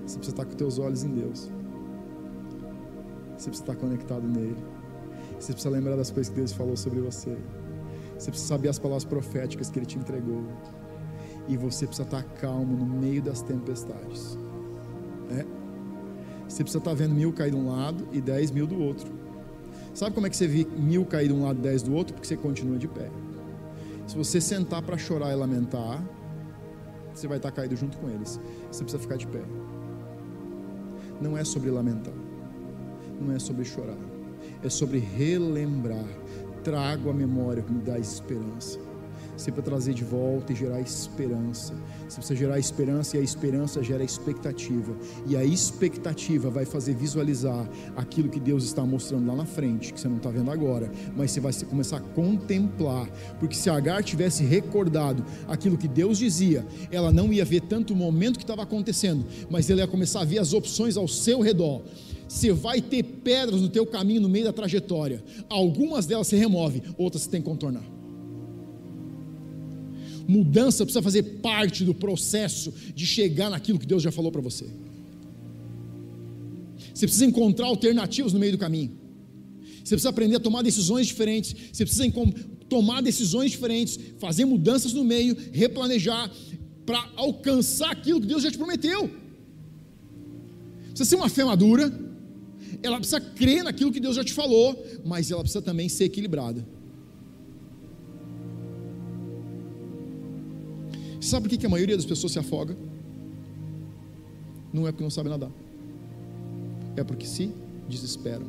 Você precisa estar com os teus olhos em Deus. Você precisa estar conectado nele. Você precisa lembrar das coisas que Deus falou sobre você. Você precisa saber as palavras proféticas que Ele te entregou. E você precisa estar calmo no meio das tempestades. Você precisa estar vendo 1000 cair de um lado e 10.000 do outro. Sabe como é que você vê 1000 cair de um lado e 10 do outro? Porque você continua de pé. Se você sentar para chorar e lamentar, você vai estar caído junto com eles. Você precisa ficar de pé. Não é sobre lamentar, não é sobre chorar, é sobre relembrar. Trago a memória que me dá esperança. Você precisa trazer de volta e gerar esperança. Você precisa gerar esperança, e a esperança gera expectativa, e a expectativa vai fazer visualizar aquilo que Deus está mostrando lá na frente, que você não está vendo agora, mas você vai começar a contemplar. Porque se Agar tivesse recordado aquilo que Deus dizia, ela não ia ver tanto o momento que estava acontecendo, mas ela ia começar a ver as opções ao seu redor. Você vai ter pedras no teu caminho no meio da trajetória. Algumas delas você remove, outras você tem que contornar. Mudança precisa fazer parte do processo de chegar naquilo que Deus já falou para você. Você precisa encontrar alternativas no meio do caminho. Você precisa aprender a tomar decisões diferentes. Você precisa tomar decisões diferentes, fazer mudanças no meio, replanejar para alcançar aquilo que Deus já te prometeu. Precisa ser uma fé madura. Ela precisa crer naquilo que Deus já te falou, mas ela precisa também ser equilibrada. Sabe por que a maioria das pessoas se afoga? Não é porque não sabe nadar, é porque se desesperam.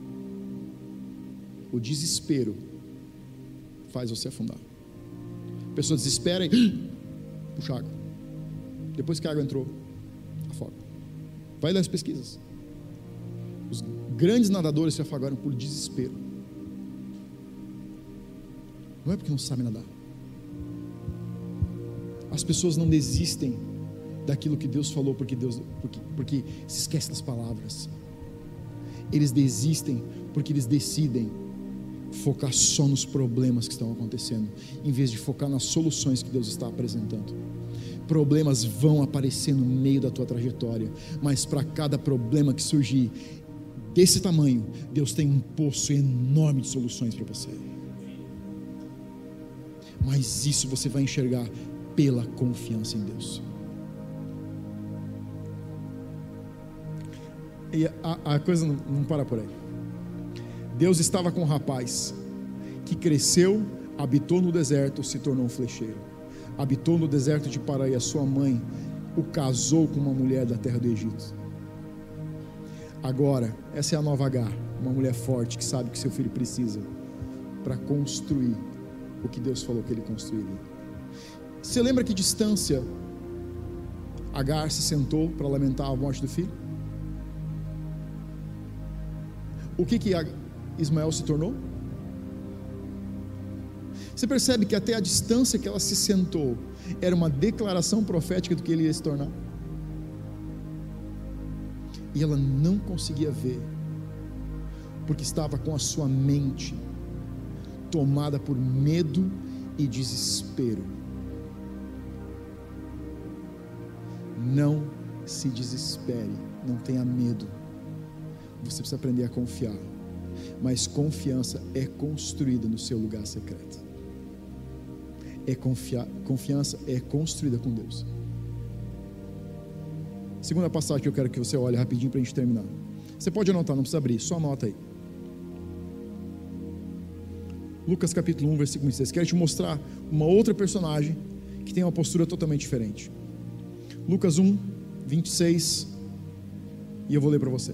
O desespero faz você afundar. A pessoa desespera e puxa água. Depois que a água entrou, afoga. Vai ler as pesquisas. Os grandes nadadores se afogaram por desespero. Não é porque não sabem nadar. As pessoas não desistem daquilo que Deus falou porque se esquece das palavras. Eles desistem porque eles decidem focar só nos problemas que estão acontecendo, em vez de focar nas soluções que Deus está apresentando. Problemas vão aparecer no meio da tua trajetória, mas para cada problema que surgir desse tamanho, Deus tem um poço enorme de soluções para você. Mas isso você vai enxergar pela confiança em Deus. E a coisa não para por aí. Deus estava com um rapaz que cresceu, habitou no deserto, se tornou um flecheiro. Habitou no deserto de Pará, e a sua mãe o casou com uma mulher da terra do Egito. Agora, essa é a nova Agar, uma mulher forte que sabe que seu filho precisa para construir o que Deus falou que ele construiria. Você lembra que distância Agar se sentou para lamentar a morte do filho? O que Ismael se tornou? Você percebe que até a distância que ela se sentou era uma declaração profética do que ele ia se tornar? E ela não conseguia ver, porque estava com a sua mente tomada por medo e desespero. Não se desespere, não tenha medo. Você precisa aprender a confiar, mas confiança é construída no seu lugar secreto. Confiança é construída com Deus. Segunda passagem que eu quero que você olhe rapidinho para a gente terminar. Você pode anotar, não precisa abrir, só anota aí. Lucas capítulo 1, versículo 26. Quero te mostrar uma outra personagem que tem uma postura totalmente diferente. Lucas 1, 26, e eu vou ler para você.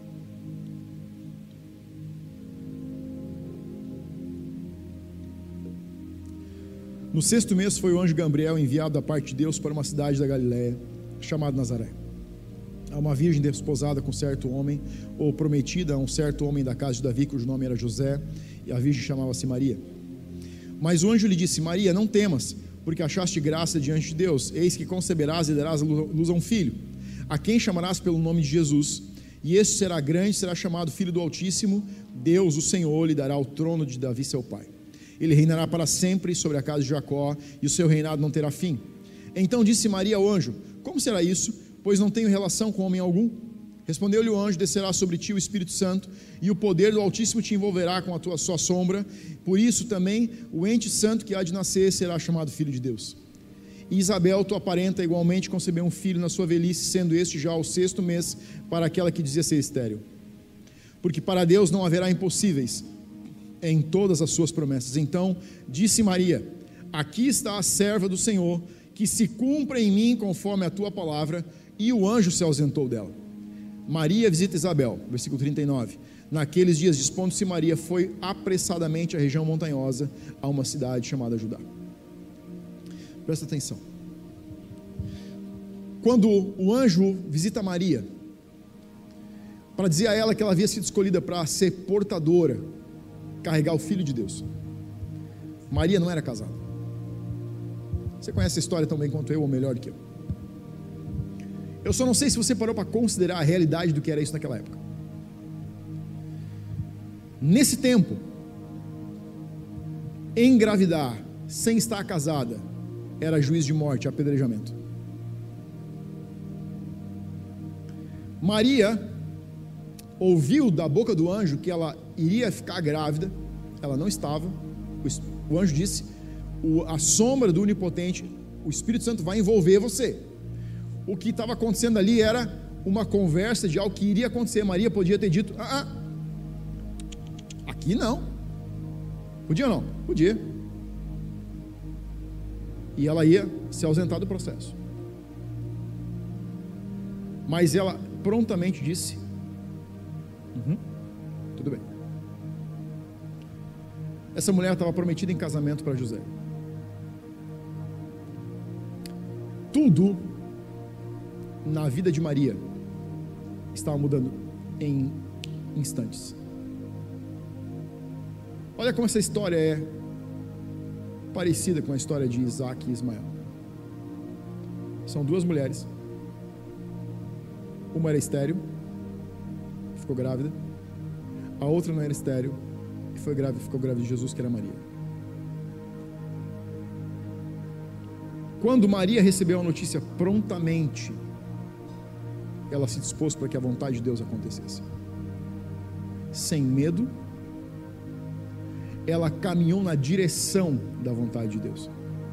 No 6º mês foi o anjo Gabriel enviado da parte de Deus para uma cidade da Galiléia, chamada Nazaré, a uma virgem desposada com certo homem, ou prometida a um certo homem da casa de Davi, cujo nome era José, e a virgem chamava-se Maria. Mas o anjo lhe disse: Maria, não temas, porque achaste graça diante de Deus. Eis que conceberás e darás luz a um filho, a quem chamarás pelo nome de Jesus, e este será grande, será chamado Filho do Altíssimo. Deus, o Senhor, lhe dará o trono de Davi seu pai. Ele reinará para sempre sobre a casa de Jacó, e o seu reinado não terá fim. Então disse Maria ao anjo: como será isso, pois não tenho relação com homem algum. Respondeu-lhe o anjo: descerá sobre ti o Espírito Santo, e o poder do Altíssimo te envolverá com a sua sombra. Por isso também o ente santo que há de nascer será chamado Filho de Deus. E Isabel, tua parenta, igualmente concebeu um filho na sua velhice, sendo este já o 6º mês para aquela que dizia ser estéril. Porque para Deus não haverá impossíveis em todas as suas promessas. Então disse Maria: aqui está a serva do Senhor, que se cumpra em mim conforme a tua palavra. E o anjo se ausentou dela. Maria visita Isabel, versículo 39. Naqueles dias, dispondo-se Maria, foi apressadamente à região montanhosa, a uma cidade chamada Judá. Presta atenção. Quando o anjo visita Maria, para dizer a ela que ela havia sido escolhida para ser portadora, carregar o Filho de Deus, Maria não era casada. Você conhece a história tão bem quanto eu, ou melhor do que eu. Eu só não sei se você parou para considerar a realidade do que era isso naquela época. Nesse tempo, engravidar sem estar casada era juízo de morte, apedrejamento. Maria ouviu da boca do anjo que ela iria ficar grávida. Ela não estava. O anjo disse: a sombra do Onipotente, o Espírito Santo vai envolver você. O que estava acontecendo ali era uma conversa de algo que iria acontecer. Maria podia ter dito: aqui não. Podia ou não? Podia. E ela ia se ausentar do processo. Mas ela prontamente disse: tudo bem. Essa mulher estava prometida em casamento para José. Tudo na vida de Maria estava mudando em instantes. Olha como essa história é parecida com a história de Isaac e Ismael. São duas mulheres. Uma era estéril, ficou grávida. A outra não era estéril e ficou grávida de Jesus, que era Maria. Quando Maria recebeu a notícia, prontamente ela se dispôs para que a vontade de Deus acontecesse. Sem medo, ela caminhou na direção da vontade de Deus.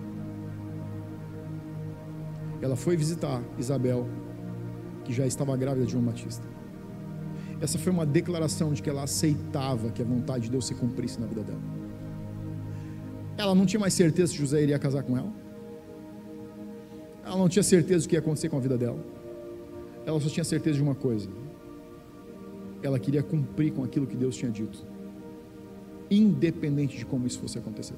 Ela foi visitar Isabel, que já estava grávida de João Batista. Essa foi uma declaração de que ela aceitava que a vontade de Deus se cumprisse na vida dela. Ela não tinha mais certeza se José iria casar com ela. Ela não tinha certeza do que ia acontecer com a vida dela. Ela só tinha certeza de uma coisa: ela queria cumprir com aquilo que Deus tinha dito, independente de como isso fosse acontecer.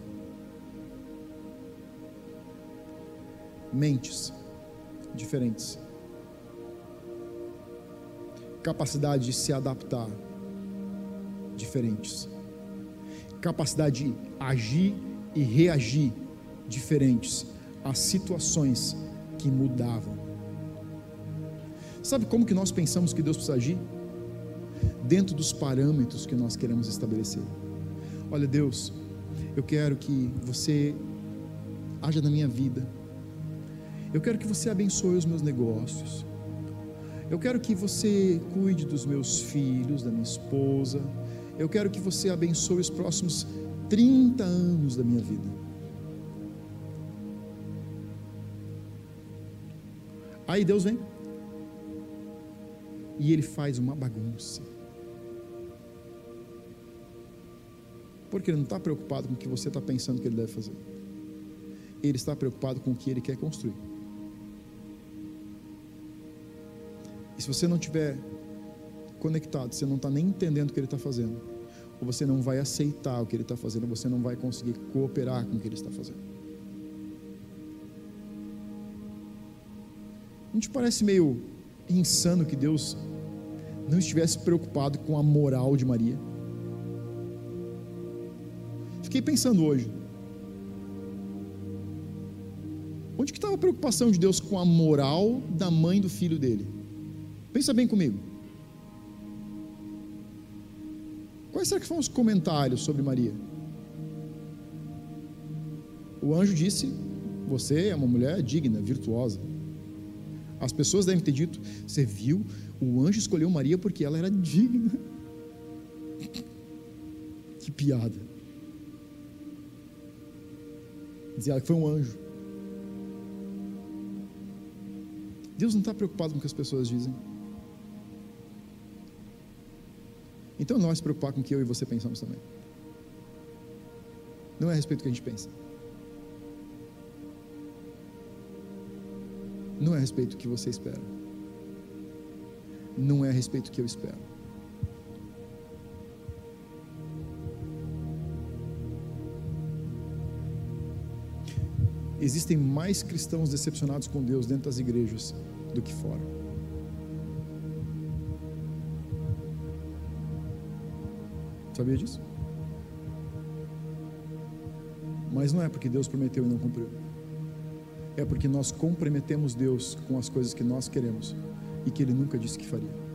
Mentes diferentes, capacidade de se adaptar diferentes, capacidade de agir e reagir diferentes às situações que mudavam. Sabe como que nós pensamos que Deus precisa agir? Dentro dos parâmetros que nós queremos estabelecer. Olha, Deus, eu quero que você haja na minha vida. Eu quero que você abençoe os meus negócios. Eu quero que você cuide dos meus filhos, da minha esposa. Eu quero que você abençoe os próximos 30 anos da minha vida. Aí Deus vem e Ele faz uma bagunça, porque Ele não está preocupado com o que você está pensando que Ele deve fazer. Ele está preocupado com o que Ele quer construir. E se você não estiver conectado, você não está nem entendendo o que Ele está fazendo, ou você não vai aceitar o que Ele está fazendo, você não vai conseguir cooperar com o que Ele está fazendo. Não te parece meio insano que Deus não estivesse preocupado com a moral de Maria? Fiquei pensando hoje, onde que estava a preocupação de Deus com a moral da mãe do filho dele? Pensa bem comigo. Quais será que foram os comentários sobre Maria? O anjo disse: você é uma mulher digna, virtuosa. As pessoas devem ter dito: você viu, o anjo escolheu Maria porque ela era digna. Que piada. Dizer que foi um anjo. Deus não está preocupado com o que as pessoas dizem. Então não vai se preocupar com o que eu e você pensamos também. Não é a respeito do que a gente pensa. Não é a respeito do que você espera. Não é a respeito do que eu espero. Existem mais cristãos decepcionados com Deus dentro das igrejas do que fora. Sabia disso? Mas não é porque Deus prometeu e não cumpriu. É porque nós comprometemos Deus com as coisas que nós queremos e que Ele nunca disse que faria.